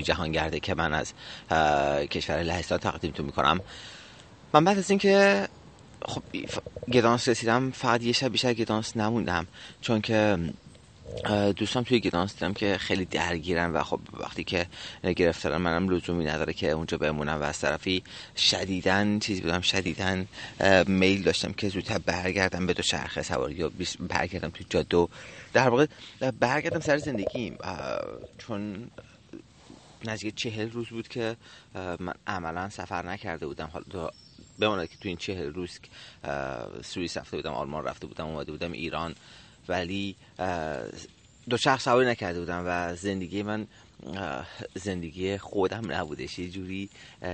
جهانگرده که من از کشور لهستان تقدیمتون میکنم. من بعد از اینکه خب گدانس رسیدم فقط یه شب بیشتر گدانس نموندم، چون که دوستان توی گدانس دیدم که خیلی درگیرن و خب وقتی که گرفتارن منم لزومی نداره که اونجا بمونم و از طرفی شدیداً میل داشتم که زودتر برگردم به دوچرخه سواری و برگردم توی جاده و در واقع برگردم سر زندگیم، چون نزدیک 40 روز بود که من عملا سفر نکرده بودم. حالا بماند که تو این 40 روز سوئیس رفته بودم، آلمان رفته بودم، اومده بودم ایران، ولی دوچرخه سواری نکرده بودم و زندگی من زندگی خودم نبودش، یه جوری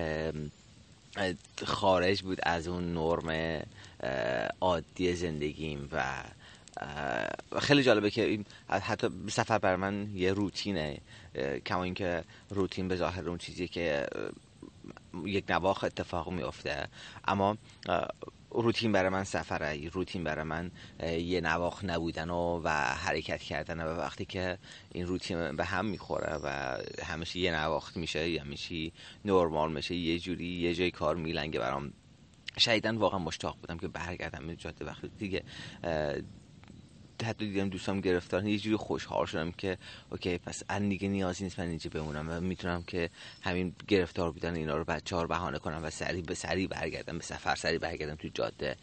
خارج بود از اون نرم عادی زندگیم و خیلی جالبه که این حتی سفر بر من یه روتینه، کما اینکه روتین به ظاهر اون چیزی که یک نواخت اتفاق میفته، اما روتین برای من سفره، روتین برای من یه نواخت نبودن و حرکت کردن و وقتی که این روتین به هم میخوره و همیشه یه نواخت میشه، همیشه نرمال میشه، یه جوری یه جای کار میلنگه برام. شدیداً واقعا مشتاق بودم که برگردم به جاده. وقتی دیگه حتی دیدم دوستام گرفتارن، یه جوری خوشحال شدم که اوکی پس الان دیگه نیازی نیست من اینجا بمونم و میتونم که همین گرفتار بودن اینا رو بچه‌ها رو بهانه کنم و سریع برگردم به سفر، سریع برگردم تو جاده.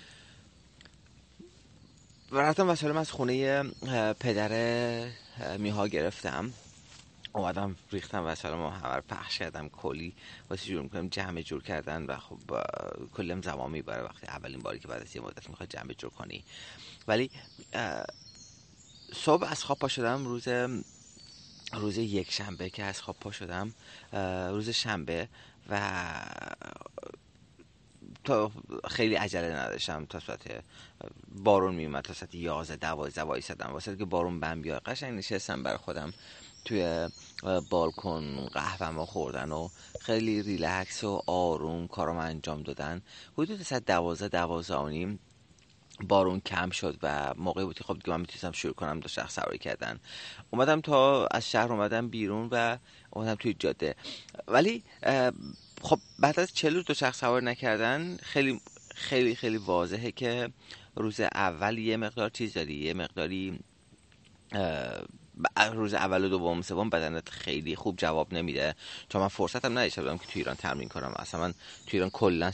و رفتم وسایلم از خونه پدر میها گرفتم، اومدم ریختم وسایلمو همه رو پخش کردم، کلی واسه جور میکنم جمع جور کردن و خب کلم زمان میبره وقتی اولین باری که بعد از یه مدت میخواد جمع جور کنی. ولی صبح از خواب پا شدم، روز یک شنبه که از خواب پا شدم، روز شنبه، و تا خیلی عجله نداشتم، تا ساعت بارون میومد، تا ساعت 11-12 وایسادم واسه که بارون بم بیاد. قشنگ نشستم برای خودم توی بالکن قهوه‌مو خوردن و خیلی ریلکس و آروم کارم انجام دادن. حدود ساعت 12-12:30 بارون کم شد و موقعی بود که خب دیگه من میتونستم شروع کنم دوچرخه سواری کردن. اومدم تا از شهر اومدم بیرون و اومدم توی جاده. ولی خب بعد از 40 روز دوچرخه سواری نکردن خیلی خیلی خیلی واضحه که روز اول یه مقدار چیز داری، یه مقداری روز اول و دوم سوم بدنت خیلی خوب جواب نمیده، چون من فرصتم نداشته بودم که تو ایران تمرین کنم. اصلا من تو ایران کلا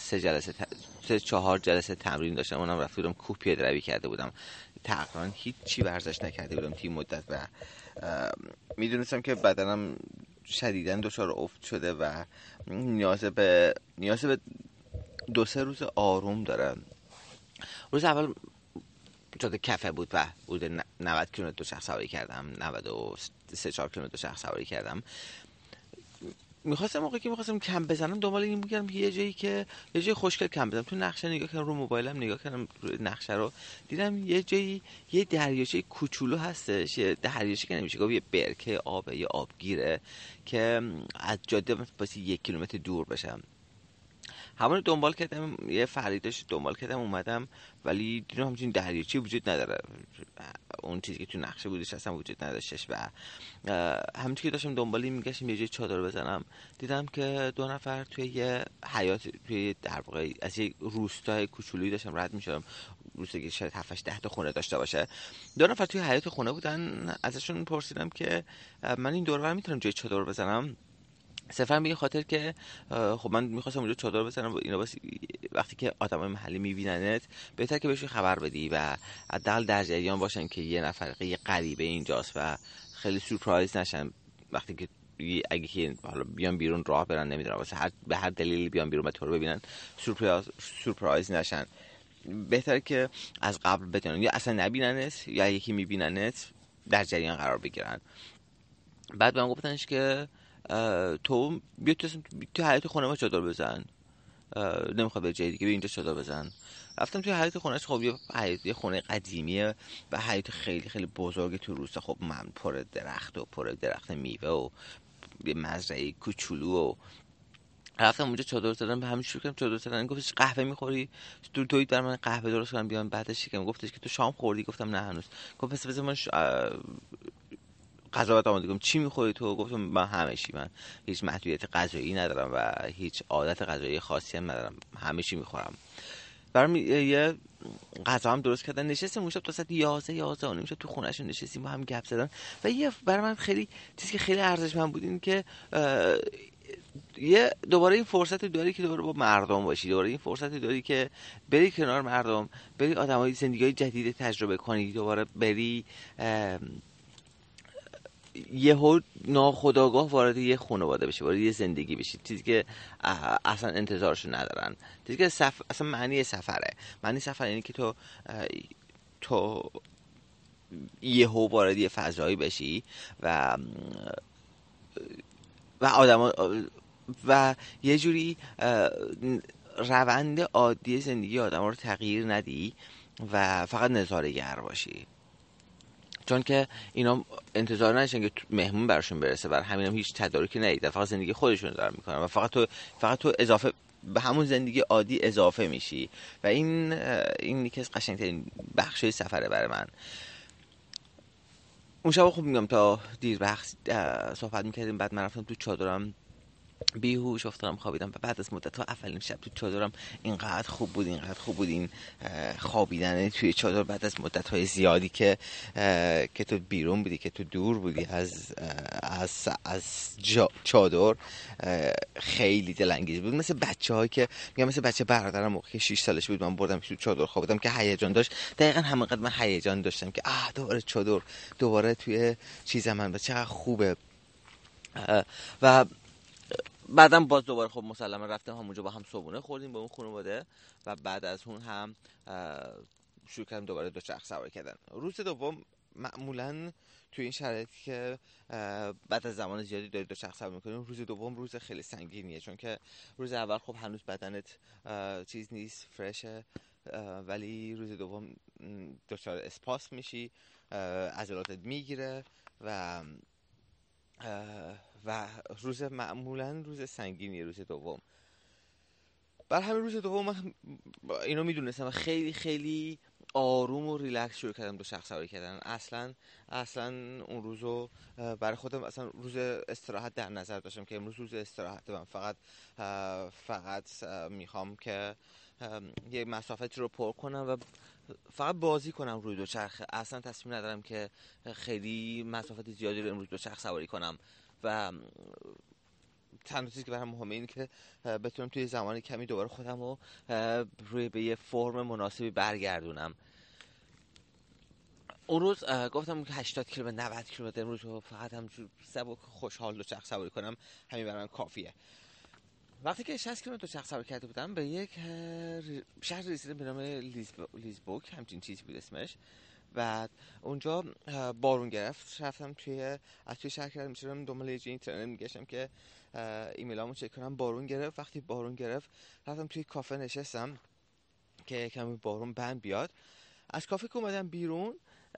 3-4 جلسه تمرین داشتم، اونم رفته بودم کوه پیاده روی کرده بودم، تقریبا هیچی ورزش نکرده بودم توی مدت و میدونستم که بدنم شدیداً دچار افت شده و نیاز به 2-3 روز آروم داره. روز اول جاده کفه بود و حدود 90 کیلومتر دوچرخه سواری کردم، 93-4 کیلومتر دوچرخه سواری کردم. موقعی که میخواستم کم بزنم دنبال این بودم یه جایی خوشگل کم بزنم. تو نقشه نگاه کردم، رو موبایلم نگاه کردم نقشه رو، دیدم یه جایی یه دریاچه کوچولو هستش، یه دریاچه که نمیشه گفت، یه برکه آبه، یه آبگیره که از جاده واسه 1 کیلومتر دور بشم. همون دنبال کردم، یه فریداش دنبال کردم اومدم، ولی دیدم همچین دریاچه‌ای وجود نداره، اون چیزی که تو نقشه بودش اصلا وجود نداشتش. و همونطور که داشتم دنبالی میگشتم یه جای چادر بزنم، دیدم که 2 نفر توی یه حیاط، توی در واقع از یه روستای کوچولویی داشتم رد میشدم، روستایی که شاید 7-8 تا خونه داشته باشه. 2 نفر توی حیاط خونه بودن، ازشون پرسیدم که من این دور رو میتونم جای چادر بزنم؟ صرفا به این خاطر که خب من میخواستم اونجا چادر بزنم، اینا وقتی که آدمای محلی میبیننت بهتر که بهشون خبر بدی و حداقل در جریان باشن که یه نفر یه غریبه اینجاست و خیلی سورپرایز نشن وقتی که اگه که حالا بیان بیرون راه برن، نمیدونم واسه به هر دلیلی بیان بیرون و تو رو ببینن سورپرایز نشن. بهتره که از قبل بدونن یا اصلا نبیننت یا یکی میبیننت در جریان قرار بگیرن. بعد بهم گفتنش که تو بیا تو حیاط خونه ما چادر بزن، نمیخواد به جای دیگه، بیا اینجا چادر بزن. رفتم توی حیاط خونهش. خب یه خونه قدیمیه و حیاط خیلی خیلی بزرگی تو روستا، خب من پر درخت میوه و یه مزرعه کوچولو و رفتم اونجا چادر زدم، به همین شروع کردم چادر زدن. گفتش قهوه میخوری؟ دوید برای من قهوه درست کنم بیام. بعدش گفتش که تو شام خوردی؟ گفتم نه هنوز. گفت پس بذار من غذا برات آماده کنم چی میخوری تو؟ گفتم من همه چی، من هیچ محدودیت غذایی ندارم و هیچ عادت غذایی خاصی هم ندارم، همه چی میخورم. برام یه غذا هم درست کردن، نشستیم اون شب تا ساعت 11 و نیم شب تو خونه‌شون نشستیم با هم گپ زدن و یه برای من خیلی چیزی که خیلی ارزشمند بود این که یه دوباره این فرصت داری که دوباره با مردم باشی، دوباره این فرصت داری که بری کنار مردم، بری آدمای زندگی جدید تجربه کنی، دوباره بری یهو ناخودآگاه وارد یه خانواده بشی، وارد یه زندگی بشی، چیزی که اصلا انتظارشو ندارن، چیزی که اصلا معنی سفره. معنی سفر اینه که تو یهو وارد یه فضایی بشی و آدما و یه جوری روند عادی زندگی آدما رو تغییر ندی و فقط نظاره‌گر باشی، چون که اینا انتظار نداشتن که مهمون براشون برسه، برای همین هم هیچ تدارکی ندیدن، فقط زندگی خودشون رو دارن میکنن و فقط تو اضافه به همون زندگی عادی اضافه میشی و این یکی از قشنگترین بخشای سفره برای من. اون شب خوب میگم تا دیر وقت صحبت میکردیم، بعد من رفتم تو چادرم بیهوش افتادم خوابیدم و بعد از مدت ها اولین شب تو چادرم اینقدر خوب بود این خوابیدن توی چادر بعد از مدت های زیادی که تو بیرون بودی، که تو دور بودی از چادر، خیلی دلانگیز بود. مثل بچه‌هایی که میگم، مثل بچه برادرم موقعی که 6 سالش بود من بردم تو چادر خوابیدم که هیجان داشت، دقیقاً همونقدر من هیجان داشتم که دوباره چادر، دوباره توی چیزم من و چقدر خوبه. و بعدم باز دوباره خب مسلما رفتم همونجا با هم صبحونه خوردیم با اون خانواده و بعد از اون هم شروع کردم دوباره دوچرخه سواری کردن. روز دوم معمولا توی این شرایطی که بعد از زمان زیادی داری دوچرخه سواری می‌کنی، روز دوم روز خیلی سنگینیه، چون که روز اول خب هنوز بدنت چیز نیست، فرشه، ولی روز دوم دچار اسپاس میشی، عضلاتت میگیره و معمولا روز سنگینیه روز دوم. بر همین روز دوم من اینو میدونستم و خیلی خیلی آروم و ریلکس شروع کردم دوچرخه سواری کردن. اصلا اون روزو برای خودم اصلا روز استراحت در نظر داشتم که امروز روز استراحت من، فقط میخوام که یه مسافتی رو پر کنم و فقط بازی کنم روی دوچرخه. اصلا تصمیم ندارم که خیلی مسافت زیادی رو امروز دوچرخه سواری کنم و تنها چیزی که برام مهمه اینه که بتونم توی زمان کمی دوباره خودم رو روی به یه فرم مناسبی برگردونم. اون روز گفتم که 80 کیلومتر 90 کیلومتر امروز رو فقط همینجور سبک خوشحال دوچرخه سواری کنم، همین برام کافیه. وقتی که 60 کیلومتر دوچرخه سواری کرده بودم به یک شهر رسیدم به نام لیزبوک، همچین چیزی بود اسمش، و اونجا بارون گرفت. رفتم از توی شهر کردم میشدم دنبال یه اینترنت میگشتم که ایمیلامو چک کنم. بارون گرفت. وقتی بارون گرفت رفتم توی کافه نشستم که کمی بارون بند بیاد. از کافه که اومدم بیرون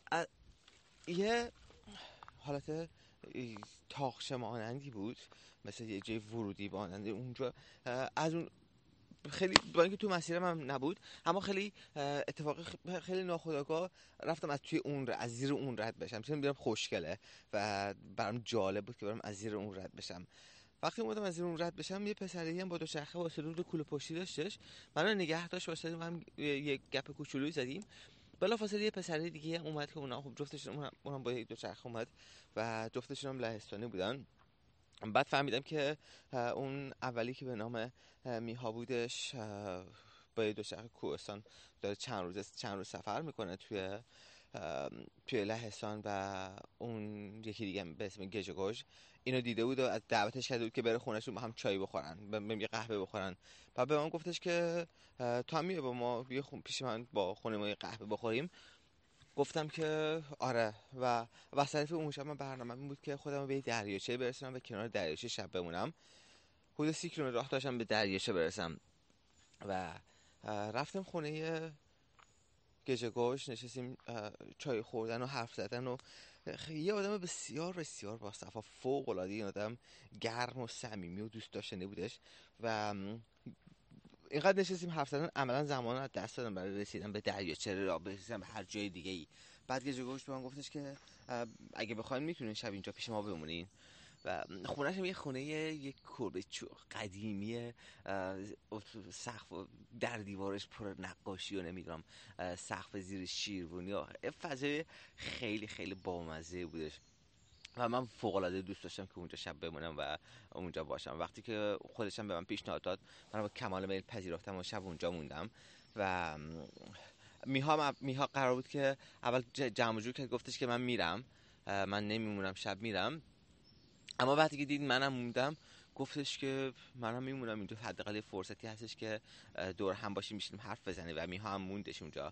یه حالت تاقچه مانندی بود، مثل یه جای ورودی ماننده اونجا. از اون خیلی با اینکه تو مسیرم هم نبود، اما خیلی اتفاقی خیلی ناخودآگاه رفتم از توی از زیر اون رد بشم، چون دیدم خوشگله و برام جالب بود که برام از زیر اون رد بشم. وقتی اومدم از زیر اون رد بشم، یه پسری هم با دوچرخه واسه رو کوله پشتی داشتش، منو نگه داشت، واسه من یه گپ کوچولویی زدیم. بلافاصله یه پسری دیگه اومد که اونم خب جفتشون اونم با دوچرخه اومد و جفتشون هم لهستانی بودن. بعد فهمیدم که اون اولی که به نام میها بودش با دوچرخه کوهستان داره چند روز سفر میکنه توی لهستان و اون یکی دیگه به اسم گژگوژ اینو دیده بود و از دعوتش کرده بود که بره خونهشون با هم چای بخورن، بریم یه قهوه بخورن. بعد به من گفتش که تو هم میای با ما پیش من با خونه ما یه قهوه بخوریم. گفتم که آره و وسط اون شب من برنامه‌م بود که خودم رو به دریاچه برسونم و کنار دریاچه شب بمونم. حدود 30 کیلومتر راه داشتم به دریاچه برسم و رفتم خونه گژگوژ، نشستیم چای خوردن و حرف زدن و یه آدم بسیار بسیار با صفا، فوق العاده، این آدم گرم و صمیمی و دوست داشتنی بودش و اینقدر نشستیم حرف زدن، عملا زمان رو از دست دادم برای رسیدن به دریاچه، راه رسیدن به هر جای دیگه ای بعد گیج گوش به من گفتش که اگه بخواین میتونین شب اینجا پیش ما بمونین. و خونه‌ش یه خونه یه کلبه قدیمی، سقف در دیوارش پر نقاشی و نمیدونم سقف زیر شیروانی و فضای خیلی خیلی بامزه بودش و من فوق‌العاده دوست داشتم که اونجا شب بمونم و اونجا باشم. وقتی که خودشم به من پیشنهاد داد، من با کمال میل پذیرفتم و شب اونجا موندم. و میها قرار بود که اول جمع جور که گفتش که من میرم، من نمیمونم، شب میرم. اما وقتی که دید منم موندم گفتش که منم میمونم اینجا، حداقل یه فرصتی هستش که دور هم باشیم میشیم حرف بزنیم. و میها هم موندش اونجا.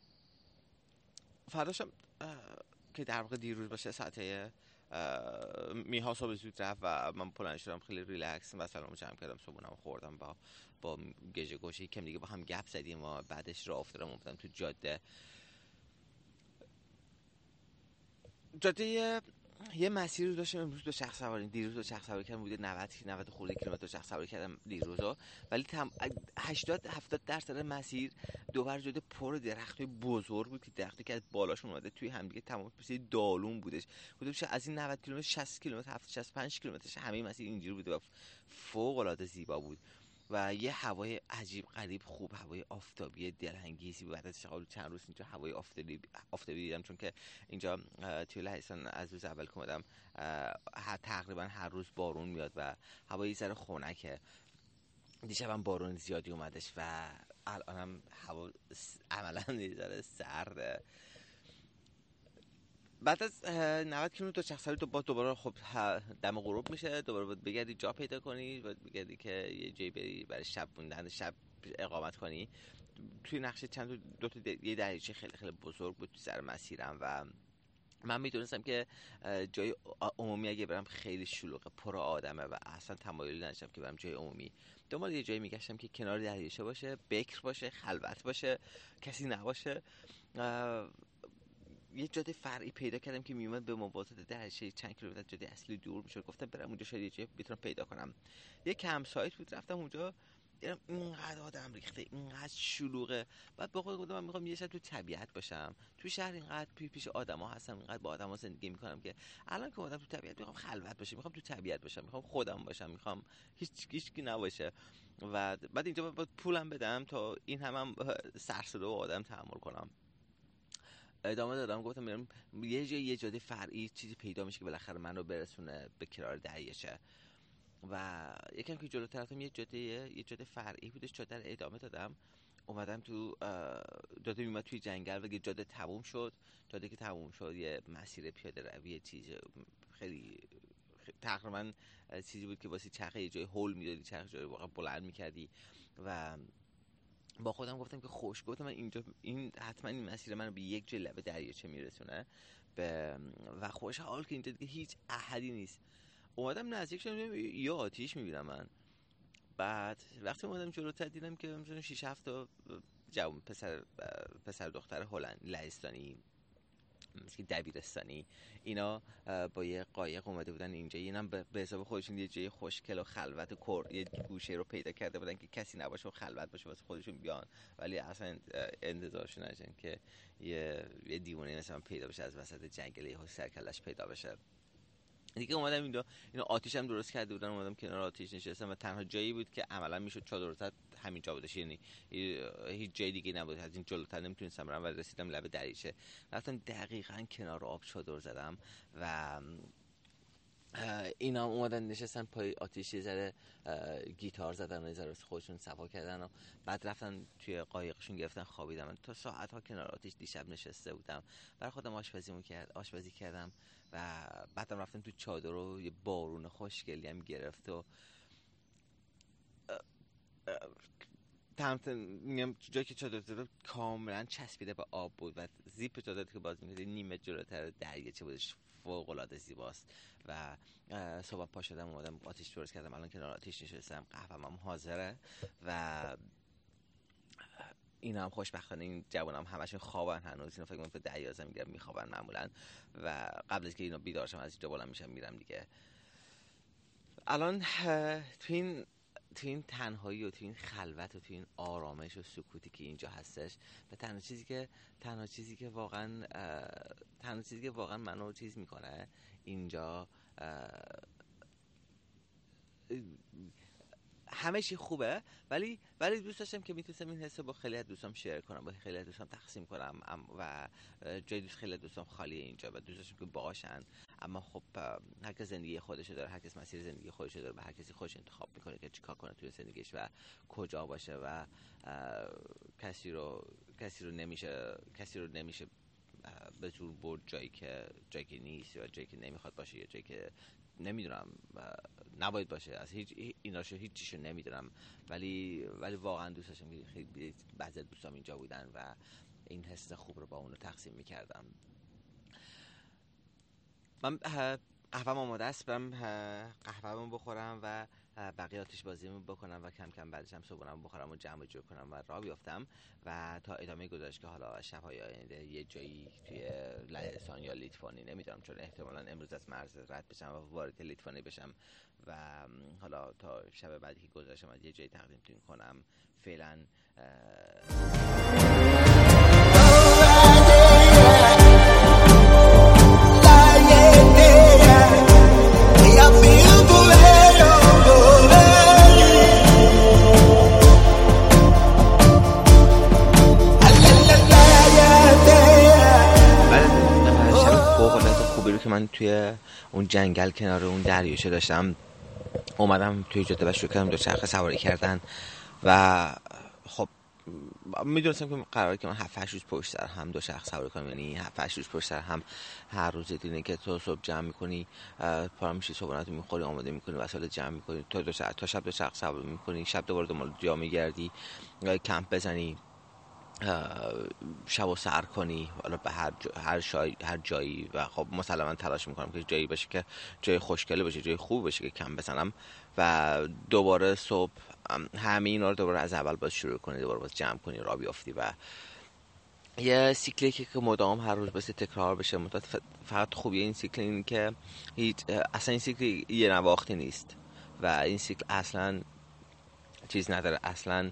فرداشم که در واقع دیروز باشه ساعته میها صبح زود رفت و من بلند شدم خیلی ریلکس و سلام جمع کردم، صبحونم خوردم، با گژه گوشه کم دیگه با هم گپ زدیم و بعدش راه افتادم اومدم تو جاده یه مسیری رو داشتم امروز دو شخص سواری، دیروز دو شخص سواری کردم، بوده 90 خورده کیلومتر دو شخص سواری کردم دیروز رو. ولی 80-70% مسیر دوبر جاده پر درخت بزرگ بود که درختی که از بالاشون اومده توی همدیگه تمام مثل دالون بودش. بودم از این 90 کیلومتر 60 کیلومتر 65 کیلومترش همه مسیر اینجوری بوده و فوق العاده زیبا بود و یه هوای عجیب غریب خوب، هوای آفتابی دلانگیزی. بعد از چند روز اینجا هوای آفتابی دیدم، چون که اینجا توی لهستان از روز اول که اومدم تقریبا هر روز بارون میاد و هوای ذره خنکه. دیشبم بارون زیادی اومدش و الانم هوا عملا یه ذره سرده. بعد از 90 کیلومتر شخصی دوباره خب دم غروب میشه، دوباره باید بگردی جا پیدا کنی، باید بگردی که یه جایی بری برای شب موندن، شب اقامت کنی. توی نقشه چند دو تا یه دریاچه خیلی خیلی بزرگ بود تو سر مسیرم و من میدونستم که جای عمومی اگه برم خیلی شلوغه، پر آدمه و اصلا تمایلی نداشتم که برم جای عمومی. دنبال یه جایی میگشتم که کنار دریاچه باشه، بکر باشه، خلوت باشه، کسی نباشه. یه جاده فرعی پیدا کردم که میومد به موازات دریاچه چند کیلومتر جاده اصلی دور میشد. گفتم برم اونجا شاید یه جایی بتونم پیدا کنم. یه کمپ سایت بود، رفتم اونجا دیدم اینقدر آدم ریخته، اینقدر شلوغه. بعد با خودم گفتم من میخوام یه شب تو طبیعت باشم، تو شهر اینقدر پیش آدما هستم، اینقدر با آدما زندگی میکنم که الان که اومدم تو طبیعت میخوام خلوت باشم، میخوام تو طبیعت باشم، میخوام خودم باشم، میخوام هیچ کی نباشه. و بعد اینجا باید پولم بدم تا این هم سرسره و آدم تحمل کنم. ادامه دادم، گفتم میرم یه جاده فرعی چیزی پیدا میشه که بالاخره منو برسونه به کنار دریاچه. و یکم که جلوتر رفتم یه جاده فرعی بودش، جاده رو ادامه دادم، اومدم تو جاده میومد توی جنگل و جاده تموم شد. جاده که تموم شد یه مسیر پیاده روی چیز خیلی تقریبا چیزی بود که واسه چرخه یه جای هول میدادی، چرخه جای واقعا بلند میکردی. و با خودم گفتم که گفتم من اینجا حتما این مسیر منو به یک جای لبه دریاچه میرسونه و خوشحال که اینجا دیگه هیچ احدی نیست. اومدم نزدیک شدم یه آتیش میبینم من. بعد وقتی اومدم جلوتر دیدم که مثلا 6-7 تا جوان پسر دختر لهستانی مثل دبیرستانی اینا با یه قایق اومده بودن اینجا. اینا به حساب خودشون یه جای خوشگل و خلوت و یه گوشه رو پیدا کرده بودن که کسی نباشه و خلوت باشه واسه خودشون بیان، ولی اصلا انتظارشون نشن که یه دیوانه مثلا من پیدا بشه از وسط جنگل یهو سرکلش پیدا بشه. دیگه اومدم اینا آتیش هم درست کرده بودن، اومدم کنار آتیش نشستم و تنها جایی بود که عملا میشد چادر زد همین جا بودش، یعنی هیچ جای دیگه نبود، از این جلوتر نمیتونستم برم و رسیدم لب دریاچه. رفتم دقیقاً کنار آب چادر زدم و اینا اومدن نشستن پای آتیش، یه ذره گیتار زدن و یه ذره خودشون صفا کردن و بعد رفتن توی قایقشون گرفتن خوابیدم. من تا ساعت ها کنار آتیش دیشب نشسته بودم، برای خودم آشپزی کردم و بعدم رفتم تو چادر و یه بارون خوشگلی هم گرفت و میگم جایی که چادر زدم کاملا چسبیده به آب بود و زیپ چادر که باز می‌کردی نیمه جلوتر دریاچه بودش، فوق العاده زیباست. و صبح پا شدم اومدم آتیش درست کردم، الان کنار آتیش نشستم، قهوه‌م هم حاضره و اینا هم خوشبختانه این جوانم همشون خوابن هنوز، اینا فکر کنم تا 10-11 میگم میخوابن معمولا و قبل از که اینا بیدار شم از اینجا بلند میشم میرم دیگه. الان تو این تو این تنهایی و تو این خلوت و تو این آرامش و سکوتی که اینجا هستش و تنها چیزی که واقعا منو چیز میکنه اینجا، همه چی خوبه، ولی دوست داشتم که میتونستم این حسو با خیلی از دوستام شیر کنم، با خیلی از دوستام تقسیم کنم و جای خیلی از دوستام خالیه اینجا و دوست داشتم که باشن. اما خب هر کس زندگی خودشه داره، هر کس مسیر زندگی خودشه داره و هر کسی خودش انتخاب میکنه که چیکار کنه توی زندگیش و کجا باشه و کسی رو نمیشه به زور برد جایی که نیست یا جایی که نمیخواد باشه یا جایی که نمیدونم نباید باشه. از هیچ چیشو نمیدونم، ولی واقعا دوست داشتم که خیلی بعضی از دوستام اینجا بودن و این حس خوب رو با اونو تقسیم میکردم. من قهوه‌م آماده است، برم قهوه‌مو بخورم و بقیه آتش بازیمو بکنم و کم کم بعدش هم صبحونه‌مو بخورم و جمع جور کنم و راه بیافتم و تا ادامه گزارش که حالا شب‌های آینده یه جایی توی لهستان یا لیتوانی، نمیدونم، چون احتمالاً امروز از مرز رد بشم و وارد لیتوانی بشم و حالا تا شب بعدی که گزارشم از یه جایی تقدیم کنم. فعلا که من توی اون جنگل کنار اون دریاچه داشتم، اومدم توی جاده و شروع کردم دوچرخه سواری کردن و خب میدونستم که قراره که من 7-8 روز پشت سر هم دوچرخه سواری کنم، یعنی 7-8 روز پشت سر هم هر روز دیگه که تو صبح جمع میکنی، پا میشی، صبحانه‌تو میخوری، آماده میکنی، وسایل جمع میکنی، تا شب دوچرخه سواری میکنی، شب دوباره دنبال جا میگردی، کمپ بزنی، شب و سر کنی، حالا به هر جایی و خب مسلما تلاش میکنم که جایی باشه که جای خوشگله باشه، جای خوب باشه که کم بزنم و دوباره صبح همه اینا رو دوباره از اول باز شروع کنی، دوباره باز جمع کنی، راه بیافتی و یه سیکلی که مدام هر روز بس تکرار بشه. فقط خوبیه این سیکل این که اصلا این سیکل یه نواختی نیست و این سیکل اصلا چیز نداره، اصلا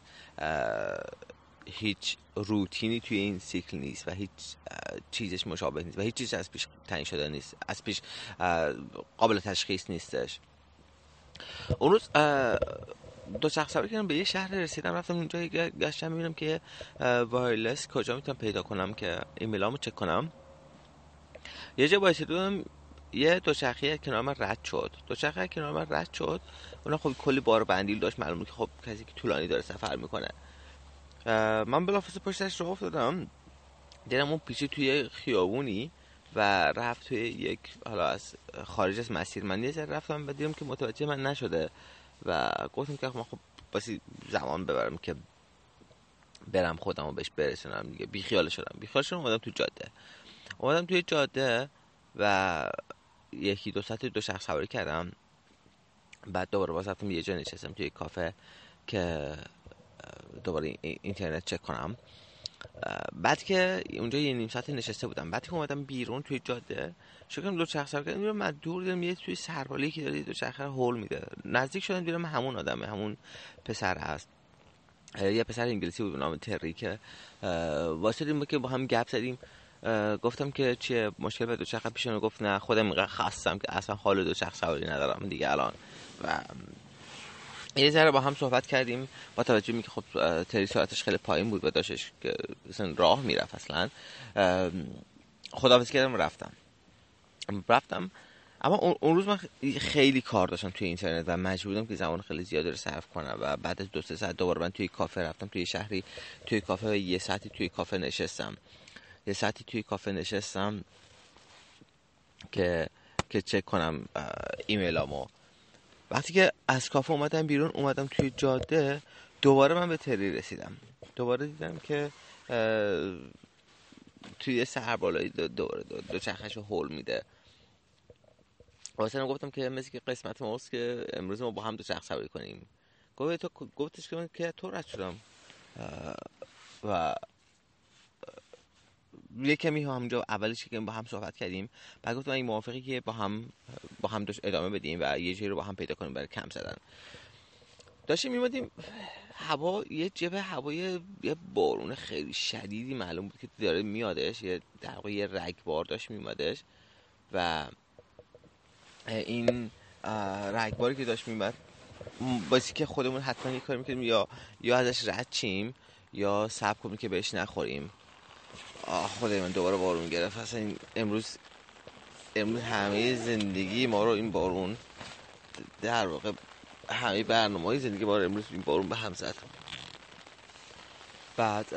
هیچ روتینی توی این سیکل نیست و هیچ چیزش مشابه نیست و هیچ چیز از پیش تعیین شده نیست، از پیش قابل تشخیص نیستش. اون روز دوچرخه سواری کردم، به یه شهر رسیدم، رفتم اونجا گشتم میبینم که وایرلس کجا میتونم پیدا کنم که ایمیلامو چک کنم. یه جا وایسیدم، یه دوچرخه کنار من رد شد. اون خب کلی بار بندیل داشت، معلومه که خب کسی که طولانی داره سفر میکنه. من بلافاصله پشتش راه افتادم، دیدم اون پیچید توی خیابونی و رفت توی یک، حالا از خارج از مسیر من یه ذره رفتم و دیدم که متوجه من نشده و گفتم که من خب باسی زمان ببرم که برم خودم رو بهش برسونم دیگه. بیخیال شدم، اومدم توی جاده و یکی دو ساعت دوچرخه سواری کردم. بعد دوباره باز رفتم یه جا نشستم توی کافه که دوباره اینترنت چک کنم. بعد که اونجا یه نیم ساعت نشسته بودم، بعد که اومدم بیرون توی جاده شروع کردم دوچرخه سواری کردم. من دور دیدم یه توی سربالی که داره دوچرخه رو هول میده. نزدیک شدم دیدم همون آدمه، همون پسر هست، یه پسر انگلیسی بود به نام تری که واسطیم که با هم گپ زدیم. گفتم که چیه مشکل به دوچرخه پیش میاد؟ گفت نه، خودم اینقدر خستم که اصلا حال دوچرخه سواری ندارم دیگه الان. و یه ذره با هم صحبت کردیم، با توجه به اینکه خب تری سرعتش خیلی پایین بود و داشتش که اصلا راه میرفت، اصلا خداحافظی کردم رفتم. اما اون روز من خیلی کار داشتم توی اینترنت و مجبور بودم که زمان خیلی زیادی رو صرف کنم و بعد از 2-3 ساعت دوباره من توی کافه رفتم، توی شهری توی کافه و یه ساعتی توی کافه نشستم که چک کنم ایمیلامو. وقتی که از کافه اومدم توی جاده، دوباره من به تری رسیدم. دوباره دیدم که توی سربالایی دو چرخشو هول میده. واسه گفتم که مثل که قسمت ماست که امروز ما با هم دوچرخه سواری کنیم. گفتش که تو رد شدم و یه کمی همونجا اولش که با هم صحبت کردیم، بعد گفتم این موافقی که با هم ادامه بدیم و یه جایی رو با هم پیدا کنیم برای کمپ زدن. داشتیم میمادیم هوا یه جبه هوای یه بارون خیلی شدیدی معلوم بود که داره میادش، یه در واقع یه رگبار داشت میمادش و این رگباری که داشت میمد باسی که خودمون حتما یه کاری میکنیم یا ازش رد چیم یا صبر کنیم که بهش نخوریم. خدای من دوباره بارون گرفت. اصلا امروز همه زندگی ما رو این بارون، در واقع همه برنامه‌های زندگی ما رو امروز این بارون به هم زد. بعد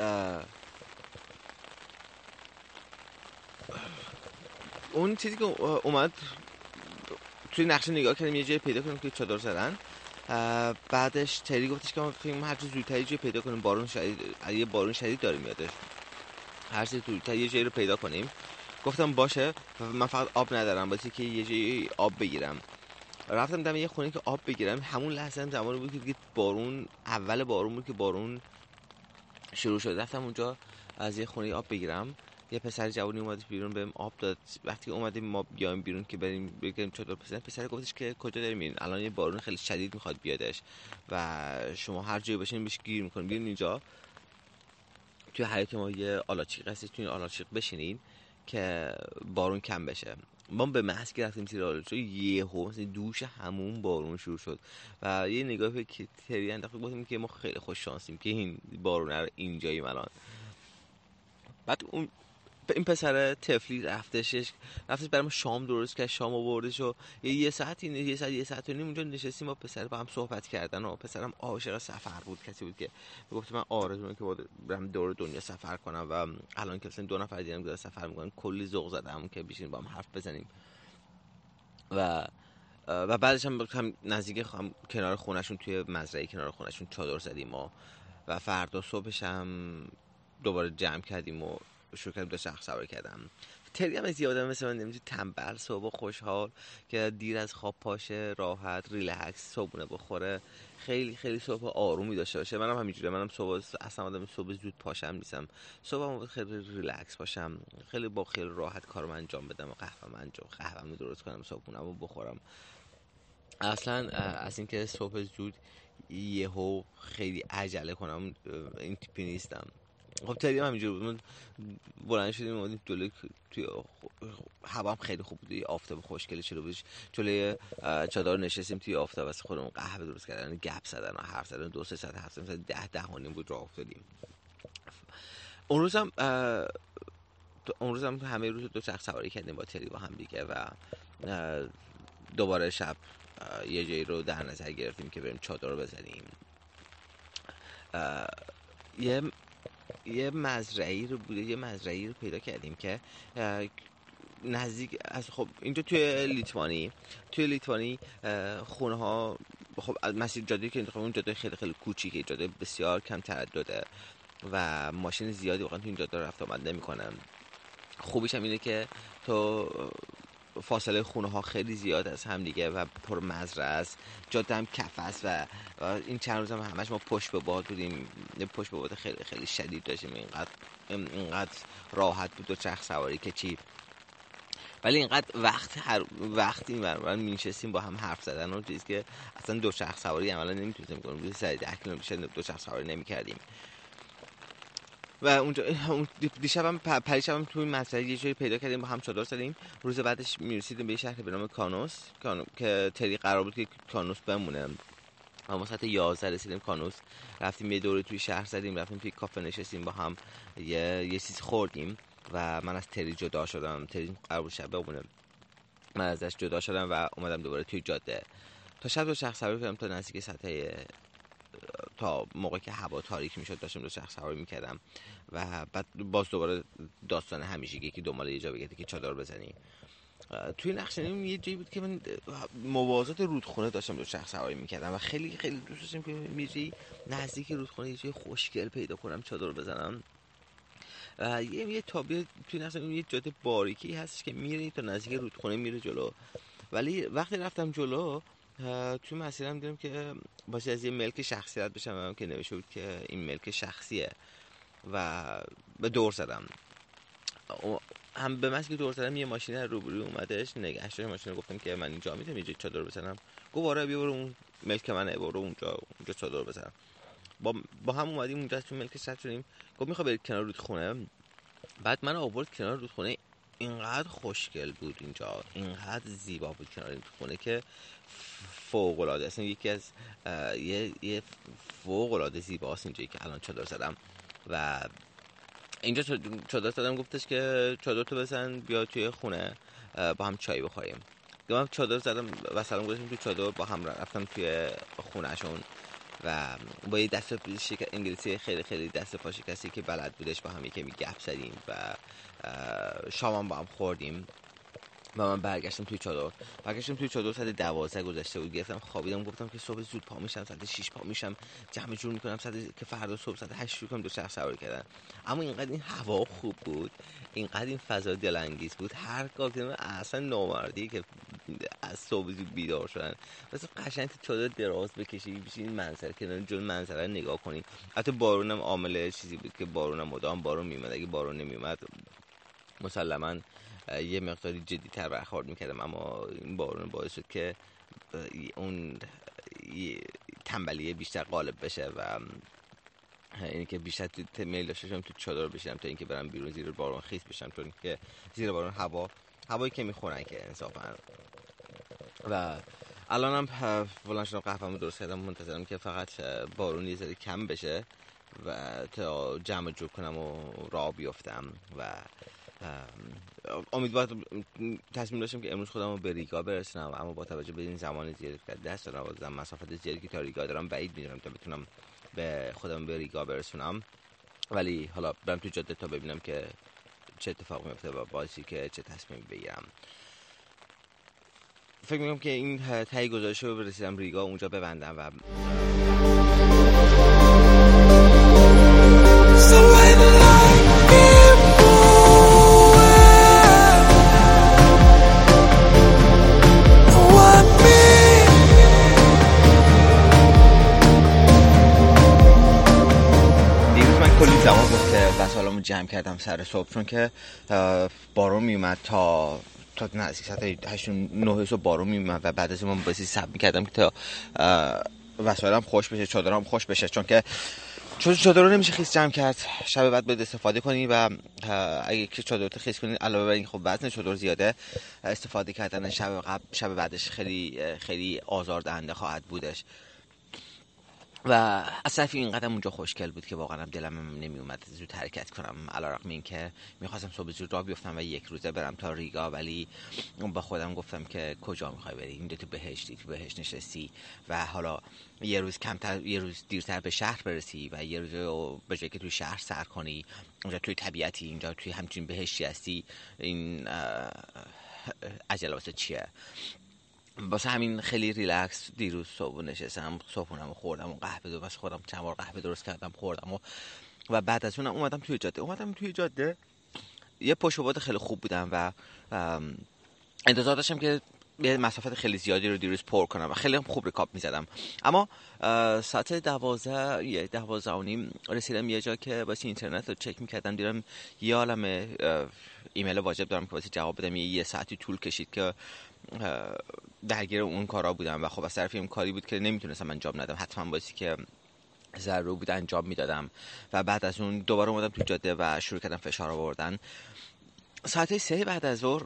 اون چیزی که اومد توی نقشه نگاه کردیم یه جای پیدا کنیم که چادر زدن. بعدش تری گفتش که ما فکر هر چه زودتر جای پیدا کنیم، بارون شدید، یه بارون شدید داره میادش، هر چه زودتر یه جایی رو پیدا کنیم. گفتم باشه. من فقط آب ندارم واسه که یه جایی آب بگیرم. رفتم دم یه خونه که آب بگیرم. همون لحظه هم زمانی بود که بارون، اول بارون بود که بارون شروع شد. رفتم اونجا از یه خونه آب بگیرم. یه پسر جوانی اومد بیرون بهم آب داد. وقتی اومدیم ما بیایم بیرون که بریم چادر بزنیم، پسر گفتش که کجا داریم میرین؟ الان یه بارون خیلی شدید میخواد بیادش و شما هر جایی باشین بهش گیر میکنین. بیرون اینجا توی حیاط ما یه آلاچیق هست، توی این آلاچیق بشینین که بارون کم بشه. ما به محض که رفتیم زیر آلاچیق یهو مثلا دوش همون بارون شروع شد و یه نگاه به تری انداخت. گفتیم که ما خیلی خوش شانسیم که این بارون رو اینجاییم الان. بعد این پسر طفلی رفتش برای ما شام درست کرد، شام آوردش و یه ساعت و نیم اونجا نشستیم با پسر با هم صحبت کردن و پسرم عاشق سفر بود. کسی بود که گفت من آرزو دارم که برم دور دنیا سفر کنم و الان که مثلا 2 نفر دیدم که سفر میکنن کلی ذوق زدم که بشین با هم حرف بزنیم و بعدش هم نزدیک کنار خونهشون توی مزرعه کنار خونهشون چادر زدیم و فردا صبحش هم دوباره جمع کردیم و شروع کردیم دوچرخه سواری کردم. تری هم از یادم مثل من نمیشه تنبل صبح و خوشحال که دیر از خواب پاشه، راحت ریلکس صبحونه بخوره، خیلی خیلی صبح آرومی داشته باشه. منم همینجوریه، منم صبح اصلا آدم صبح زود پاشم نیستم. صبحم خیلی ریلکس باشم، خیلی با خیلی راحت کارم انجام بدم و قهوه‌مو درست کنم، صبحونه‌مو بخورم. اصلا از اینکه صبح زود یهو خیلی عجله کنم این تیپی نیستم. خب تریم همینجور بود. بلند شدیم اومدیم جلوی توی هوا هم خیلی خوب بود، آفتاب خوشگلی شده بودش. جلوی چادر نشستیم توی آفتاب واسه خودمون قهوه درست کردن، گپ زدن و حرف زدن. 2-3 ساعت حرف زدیم، مثلا 10 و نیم بود راه افتادیم. اون روزم همه روز دوچرخه سواری کردیم با تری با هم دیگه و دوباره شب یه جایی رو در نظر گرفتیم که بریم چادر رو بزنیم. یه مزرعه‌ای رو پیدا کردیم که نزدیک از، خب اینجا توی لیتوانی خونه ها، خب مسیر جاده که انتخاب اون جاده خیلی خیلی کوچیکه، جاده بسیار کم تردده و ماشین زیادی واقعا تو این جاده رفت آمد نمی‌کنه. خوبیش هم اینه که تو فاصله خونه ها خیلی زیاد از هم دیگه و پر مزرعه است، جاده هم کف است و این چند روز هم همش ما پشت به باد بودیم، پشت به باد خیلی خیلی شدید داشتیم. اینقدر راحت بود دوچرخه سواری که چی، ولی اینقدر وقت این برابر می‌نشستیم با هم حرف زدن و چیزی که اصلا دوچرخه سواری عملا نمی‌تونستیم کنیم. روزی 10 کیلومتر دوچرخه سواری نمی‌کردیم. و اونجا دیشبم پریشبم توی مزرعه یه جایی پیدا کردیم با هم چادر زدیم. روز بعدش میرسیدیم به یه شهر به نام کانوس که تری قرار بود که کانوس بمونه. ما ساعت 11 رسیدیم کانوس، رفتیم یه دوره توی شهر زدیم، رفتیم توی کافه نشستیم با هم یه چیز خوردیم و من از تری جدا شدم. تری قرار بود شب بمونه، من ازش جدا شدم و اومدم دوباره توی جاده تا شب دوچرخه سواری کردم تا نزدیک ساعت تا موقعی که هوا تاریک میشد داشتم دوچرخه سواری میکردم و بعد باز دوباره داستان همیشگی که دنبال یه جا بگردی که چادر بزنی. توی نقشه‌نویسم یه جایی بود که من موازات رودخونه داشتم دوچرخه سواری میکردم و خیلی خیلی دوست داشتم که میری نزدیک رودخونه یه جای خوشگل پیدا کنم چادر بزنم. یه تابلو توی نقشه‌نویسم یه جاده باریکی هست که میره تا نزدیک رودخونه میره جلو، ولی وقتی رفتم جلو توی مسیرم دیدم که باشه از یه ملک شخصی رد بشم که نوشته بود که این ملک شخصیه و به دور زدم. هم به من که دور زدم یه ماشین روبروی اومدش نگهش ماشین رو گفتم که من اینجا میتونم یه چادر بزنم. گفت آره بیا برو اون ملک منه برو اونجا چادر بزنم. با هم اومدیم اونجا تو ملکش رد شدیم. گفت میخوای برید کنار رودخونه. بعد من آورد کنار رودخونه. اینقدر خوشگل بود اینجا، اینقدر زیبا بود کنار رودخونه که فوق العاده، اصلا یکی از یه فوق العاده زیباست اینجایی که الان چادر زدم. و اینجا چادر زدم، گفتش که چادر تو بزن بیا توی خونه با هم چای بخوریم. من چادر زدم و سلام گذاشتم توی چادر، با هم رفتم توی خونهشون و با یه دست انگلیسی خیلی خیلی دست پا شکسته که بلد بودش با هم یکمی گپ زدیم و شام با هم خوردیم. و من برگشتم توی چادر ساعت 12 گذشته بود. گرفتم خوابیدم، گفتم که صبح زود پا میشم، ساعت 6 پا میشم، جمع جور میکنم که فردا صبح ساعت 8 شروع کنم دوچرخه سواری کردن. اما اینقدر این هوا خوب بود، اینقدر این فضا دلانگیز بود، هر کاری اصلا نامردی که از صبح زود بیدار شدن واسه قشنگ چادر دراز بکشی بشین منظره کنار جلوی منظره نگاه کنی. حتی بارونم عامل چیزی بود که بارونم مدام بارون میومد، اگه بارون نمیومد مسلماً یه مقداری جدی‌تر برخورد میکردم، اما این بارون باعث شد که اون تنبلیه بیشتر غالب بشه و اینی که بیشتر میل داشتم تو چادر بشینم تا اینکه برم بیرون زیر بارون خیس بشم، چون که زیر بارون هوایی که میخورن که انصافا. و الانم بلند شدم قهوه‌مو درست کردم، منتظرم که فقط بارون یه ذره کم بشه و تا جمع جور کنم و راه بیفتم. و امیدوارم تصمیم داشتم که امروز خودم رو به ریگا برسونم، اما با توجه به این زمان زیادی که دست دارم و مسافت زیادی که تا ریگا دارم بعید میدونم تا بتونم به خودم به ریگا برسونم. ولی حالا برم تو جاده تا ببینم که چه اتفاق میفته و باعثی که چه تصمیم بگیرم. فکر میکنم که این تهیه گذاشته رو برسیدم ریگا اونجا ببندم و وسایلمو جمع کردم سر صبح، چون که بارون میومد تا نزدیک ساعت 8 9 صبح بارون میومد و بعد از اون باید صبر میکردم که تا وسایلم خوش بشه، چادرام خوش بشه، چون چادر رو نمیشه خیس جمع کرد. شب بعد باید استفاده کنی و اگه که چادر رو خیس کنی علاوه بر این خب وزن چادر زیاده، استفاده کردن شب بعدش خیلی خیلی آزاردهنده خواهد بودش. و اصلا این قدم اونجا خوشگل بود که واقعا دلم نمی اومد زود حرکت کنم، علیرغم این که میخواستم صبح زود راه بیفتم و یک روزه برم تا ریگا، ولی با خودم گفتم که کجا میخوای بری؟ اینجا تو بهشت نشستی و حالا یه روز دیرتر به شهر برسی و یه روز به جای که توی شهر سر کنی، اونجا توی طبیعتی، اینجا توی همچین بهشتی هستی، این عجله واسه چیه؟ واسه همین خیلی ریلکس دیروز صبح نشستم، صبحونم خوردم و قهوه درست خوردم، چند بار قهوه درست کردم خوردم و بعد از اونم اومدم توی جاده یه پشت و باد خیلی خوب بودم و انتظار داشتم که یه مسافت خیلی زیادی رو دیروز پر کنم و خیلی هم خوب رکاب میزدم. اما ساعت 12 و نیم رسیدم یه جا که واسه اینترنت رو چک میکردم، دیدم یه عالمه ایمیل واجب دارم که واسه جواب بدم. یه ساعتی طول کشید که درگیر اون کارا بودم و خب از طرف این کاری بود که نمیتونستم انجام ندم، حتما بایستی که ضرور بود انجام میدادم. و بعد از اون دوباره اومدم تو جاده و شروع کردم فشار آوردن. ساعت 3 بعد از ظهر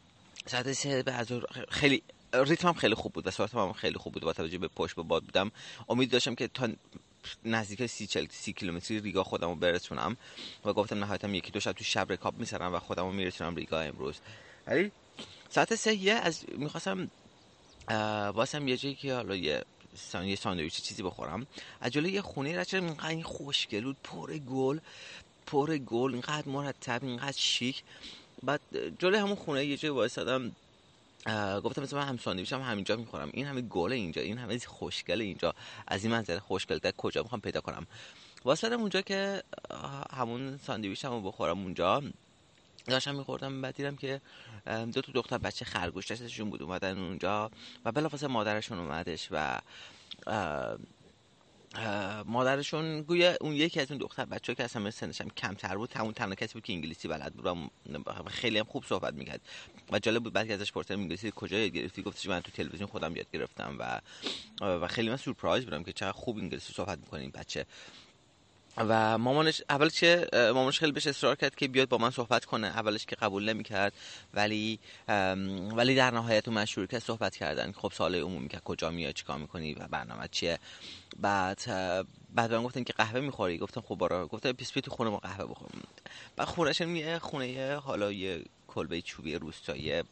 خیلی ریتمم خیلی خوب بود و سرعتم هم خیلی خوب بود. با توجه به پشت به باد بودم، امید داشتم که تا نزدیک 30 کیلومتری ریگا خودمو برسونم و گفتم نهایتا یکی دو شب تو شب رکاب میسرم و خودمو میرسونم ریگا امروز. ولی ساعت 3 میخواستم واسم یه جایی که حالا یه ساندویچ چیزی بخورم. از جلوی یه خونه رد شدم، اینقدر این خوشگل بود، پر گل، اینقدر مرتب، اینقدر شیک. بعد جلوی همون خونه یه جایی وایسادم، گفتم مثلا من ساندویچم همینجا میخورم، این همه گل اینجا، این همه خوشگل اینجا، از این منظره خوشگل‌تر کجا میخوام پیدا کنم؟ واسادم اونجا که همون ساندویچمو بخورم. اونجا داشتم میخوردم، بعد دیدم که دو تا دختر بچه خرگوش دستشون بود اومدن اونجا و بلافاصله مادرشون اومدش و مادرشون گویا اون یکی از اون دختر بچه‌ها که اصلا سنش هم کمتر بود، همون تنها کسی بود که انگلیسی بلد بود و خیلی هم خوب صحبت می‌کرد. و جالب بود بعد که ازش پرسیدم انگلیسی کجا یاد گرفتی، گفتش من تو تلویزیون خودم یاد گرفتم و خیلی من سورپرایز بودم که چقدر خوب انگلیسی صحبت می‌کنه این بچه. و مامانش خیلی بهش اصرار کرد که بیاد با من صحبت کنه. اولش که قبول نمی‌کرد، ولی در نهایت اون مشروع که صحبت کردن، خب سوال عمومی که کجا میای، چیکار می‌کنی و برنامه چیه. بعد من گفتن که قهوه می‌خوری، گفتم خب برو، گفتم پیس تو خونه ما قهوه بخوریم. بعد خونه‌شون یه خونه حالا یه کلبه چوبی روستایی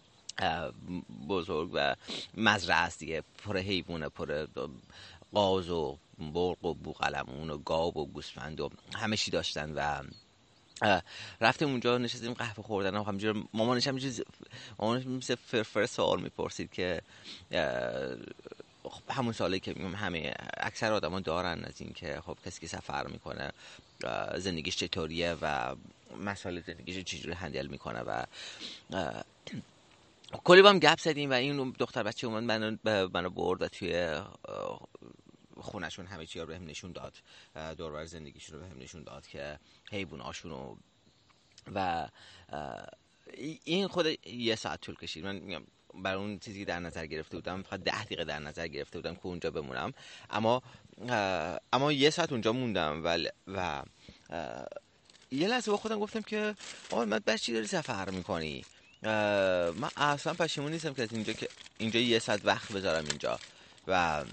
بزرگ و مزرعه است دیگه، پر حیوانه، پر قاز و برق و بوقلمون و گاو و گوسفند و همه چی داشتن. و رفتیم اونجا نشستیم قهوه خوردن و همینجوری مامانش مثل فرفر سوال میپرسید که همون سوالی که همه اکثر آدما دارن از این که خب کسی که سفر میکنه زندگیش چطوریه و مسائل زندگیش چجوری هندل میکنه. و کلی با هم گپ زدیم و این دختر بچه اومد منو برد و توی خونهشون همه چی رو بهم نشون داد، دور و بر زندگیشون رو بهم نشون داد که حیواناشون و این خود یه ساعت طول کشید. من میگم برای اون چیزی که در نظر گرفته بودم فقط 10 دقیقه در نظر گرفته بودم که اونجا بمونم، اما یه ساعت اونجا موندم و یه لحظه با خودم گفتم که من برای چی داری سفر میکنی؟ من اصلا پشیمون نیستم که اینجا یه ساعت وقت بذارم اینجا. و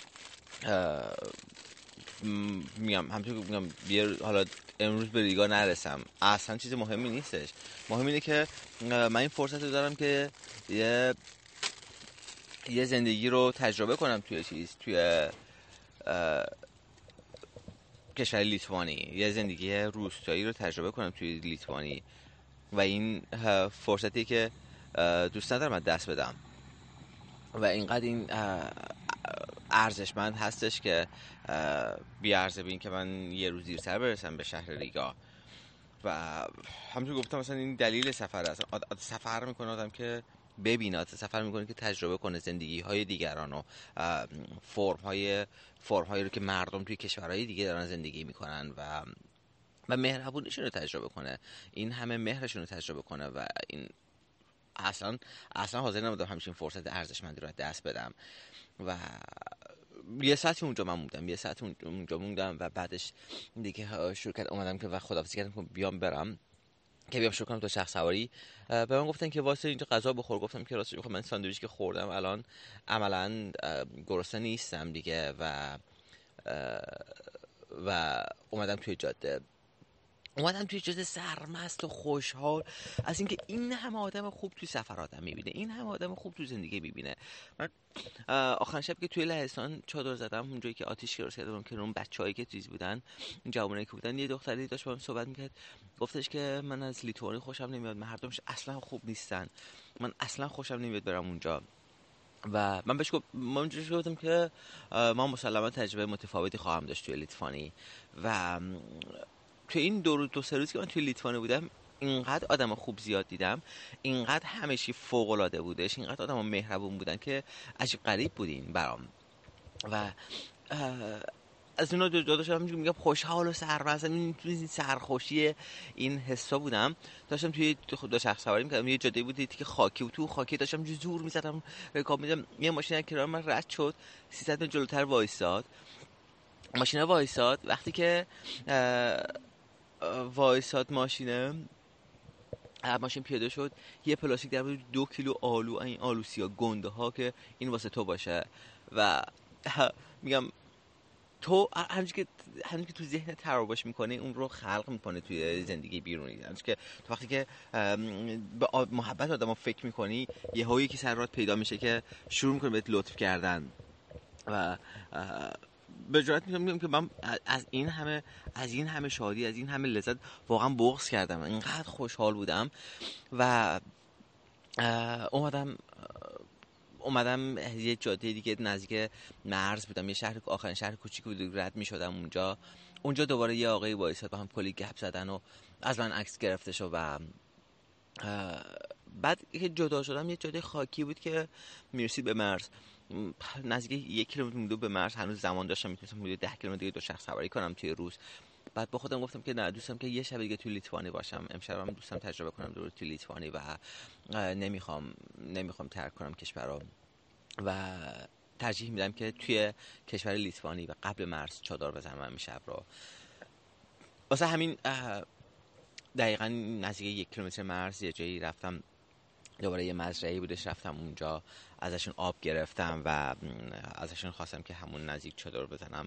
همونطور که میگم حالا امروز به ریگا نرسم، اصلا چیز مهمی نیستش. مهم اینه که من این فرصت رو دارم که یه زندگی رو تجربه کنم توی کشور لیتوانی، یه زندگی روستایی رو تجربه کنم توی لیتوانی و این فرصتی که دوست ندارم از دست بدم و اینقدر این ارزشمند هستش که بیارزه به این که من یه روز دیرتر برسم به شهر ریگا. و همونطور گفتم مثلا این دلیل سفر است. سفر میکنه آدم که ببینه، سفر میکنه که تجربه کنه زندگی های دیگران و فرم هایی رو که مردم توی کشورهای دیگه دارن زندگی میکنن و مهربونیشون رو تجربه کنه، این همه مهرشون رو تجربه کنه. و این اصلا حاضر نبودم همچین فرصت ارزشمندی رو دست بدم. و یه ساعت اونجا موندم و بعدش دیگه شرکت اومدم که و خداحافظی کردم که بیام شروع کنم تا شخص سواری. به من گفتن که واسه اینجا غذا بخور. گفتم که راستش من ساندویچ که خوردم الان عملاً گرسنه نیستم دیگه و اومدم توی جاده سرمست و خوشحال از اینکه این همه آدم خوب توی سفر آدم میبینه، این همه آدم خوب توی زندگی میبینه. من آخرین شب که توی لهستان چادر زدم، اونجایی که آتیش گرفت کردم که اون بچه‌هایی که چیز بودن، این جوانایی که بودن، یه دختری داشت با من صحبت میکرد، گفتش که من از لیتوانی خوشم نمیاد، مردمش اصلا خوب نیستن، من اصلا خوشم نمیاد برم اونجا. و من بهش گفتم که ما مسلما تجربه متفاوتی خواهم داشت توی لیتوانی. و توی این دو سه روزی که من توی لیتوانی بودم اینقدر آدم خوب زیاد دیدم، اینقدر همه چی فوق العاده بودش، اینقدر آدم مهربون بودن که عجیب غریب بودین برام. و از اونا جدا شدم، میگم خوشحال و سرمست، این سرخوشی این حسا بودم. داشتم توی دو شخص سواری می‌کردم، یه جاده بود که خاکی بود، تو خاکی داشتم زور می‌زدم رکاب می‌دادم، یه ماشین کنار من رد شد، 300 متر جلوتر وایساد. وقتی که وایساد ماشین پیاده شد، یه پلاستیک در بود 2 کیلو آلو، این آلوسیا گنده ها که این واسه تو باشه. و میگم تو همونجوری که تو ذهن تراوش میکنه اون رو خلق میکنه توی زندگی بیرونی. همونجوری که تو وقتی که به محبت آدمو فکر میکنی، یه هایی که سر رات پیدا میشه که شروع میکنه بهت لطف کردن. و به جرات میگم که من از این همه شادی، از این همه لذت واقعا بغض کردم، اینقدر خوشحال بودم. و اومدم یه جاده دیگه نزدیک مرز بودم، یه آخرین شهر کوچیک بود، رد میشدم اونجا دوباره یه آقای وایساد، با هم کلی گپ زدن و از من عکس گرفته شد. و بعد که جدا شدم یه جاده خاکی بود که میرسید به مرز. نزدیک 1 کیلومتر مونده به مرز، هنوز زمان داشتم میتونستم حدود 10 کیلومتر دیگه دوچرخه سواری کنم توی روز. بعد با خودم گفتم که نه، دوستم که یه شب دیگه توی لیتوانی باشم، امشبم دوستم تجربه کنم دور توی لیتوانی و نمیخوام ترک کنم کشور رو و ترجیح میدم که توی کشور لیتوانی و قبل مرز چادر بزنم همین شب رو. واسه همین دقیقاً نزدیک 1 کیلومتر مرز یه جایی رفتم، دوباره یه مزرعه‌ای بودش، رفتم اونجا ازشون آب گرفتم و ازشون خواستم که همون نزدیک چادر بزنم.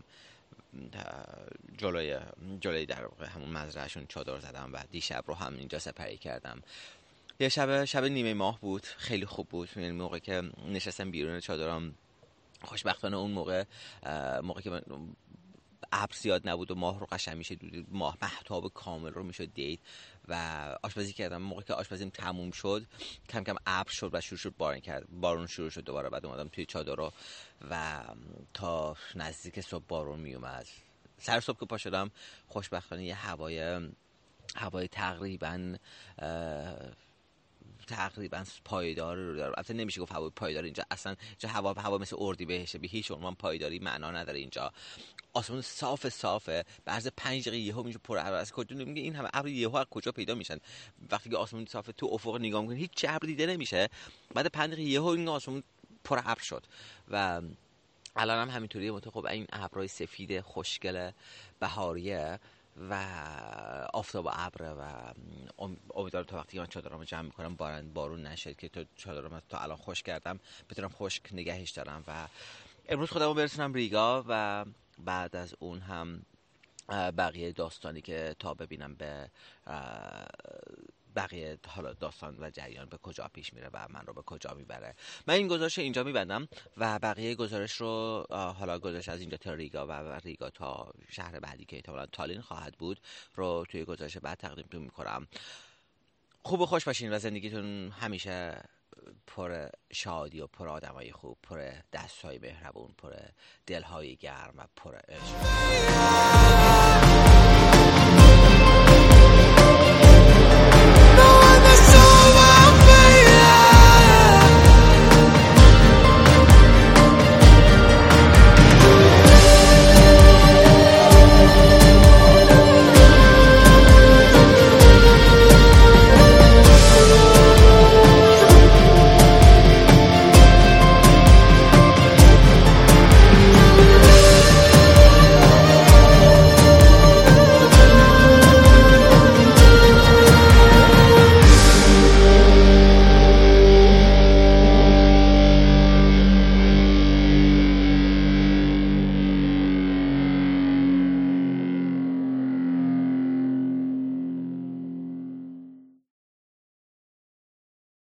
جلوی در واقع همون مزرعهشون چادر زدم و دیشب رو هم اینجا سپری کردم. یه شب نیمه ماه بود، خیلی خوب بود. یعنی موقعی که نشستم بیرون چادرم، خوشبختانه اون موقع که ابر زیاد نبود و ماه رو قشنگ میشه دید، ماه مهتاب کامل رو میشد دید و آشپزی کردم. موقعی که آشپزیم تموم شد کم کم ابر شد و شروع شد بارون شروع شد دوباره. بعد اومدم توی چادر رو و تا نزدیک صبح بارون میومد. سر صبح که پا شدم خوشبختانه یه هوای تقریبا پایدار رو داره. البته نمیشه گفت هوای پایدار اینجا، اصلا هوا مثل اردیبهشت، به هیچ عنوان پایداری معنا نداره اینجا. آسمون صافه، بعد 5 دقیقه یهو میشه پر ابر. از کجا میگه این همه ابر یهو از کجا پیدا میشن؟ وقتی که آسمون صافه تو افق نگاه میکنی هیچ ابر دیده نمیشه، بعد 5 دقیقه یهو این آسمون پر ابر شد و الان هم همینطوریه. خب این ابرای سفید خوشگل بهاریه و آفتاب و ابر و امیدوارم تا وقتی که من چادرامو جمع میکنم بارون نشه که تو چادرامو تا الان خشک کردم بتونم خشک نگهش دارم و امروز خودمو برسونم ریگا و بعد از اون هم بقیه داستانی که تا ببینم به بقیه حالا داستان و جریان به کجا پیش میره و من رو به کجا میبره. من این گزارش اینجا میبندم و بقیه گزارش رو حالا گزارش از اینجا تا ریگا و ریگا تا شهر بعدی که احتمالاً تالین خواهد بود رو توی گزارش بعد تقدیمتون میکنم. خوب و خوش باشین و زندگیتون همیشه پر شادی و پر آدمای خوب، پر دستهای مهربون، پر دلهای گرم و پر عشق.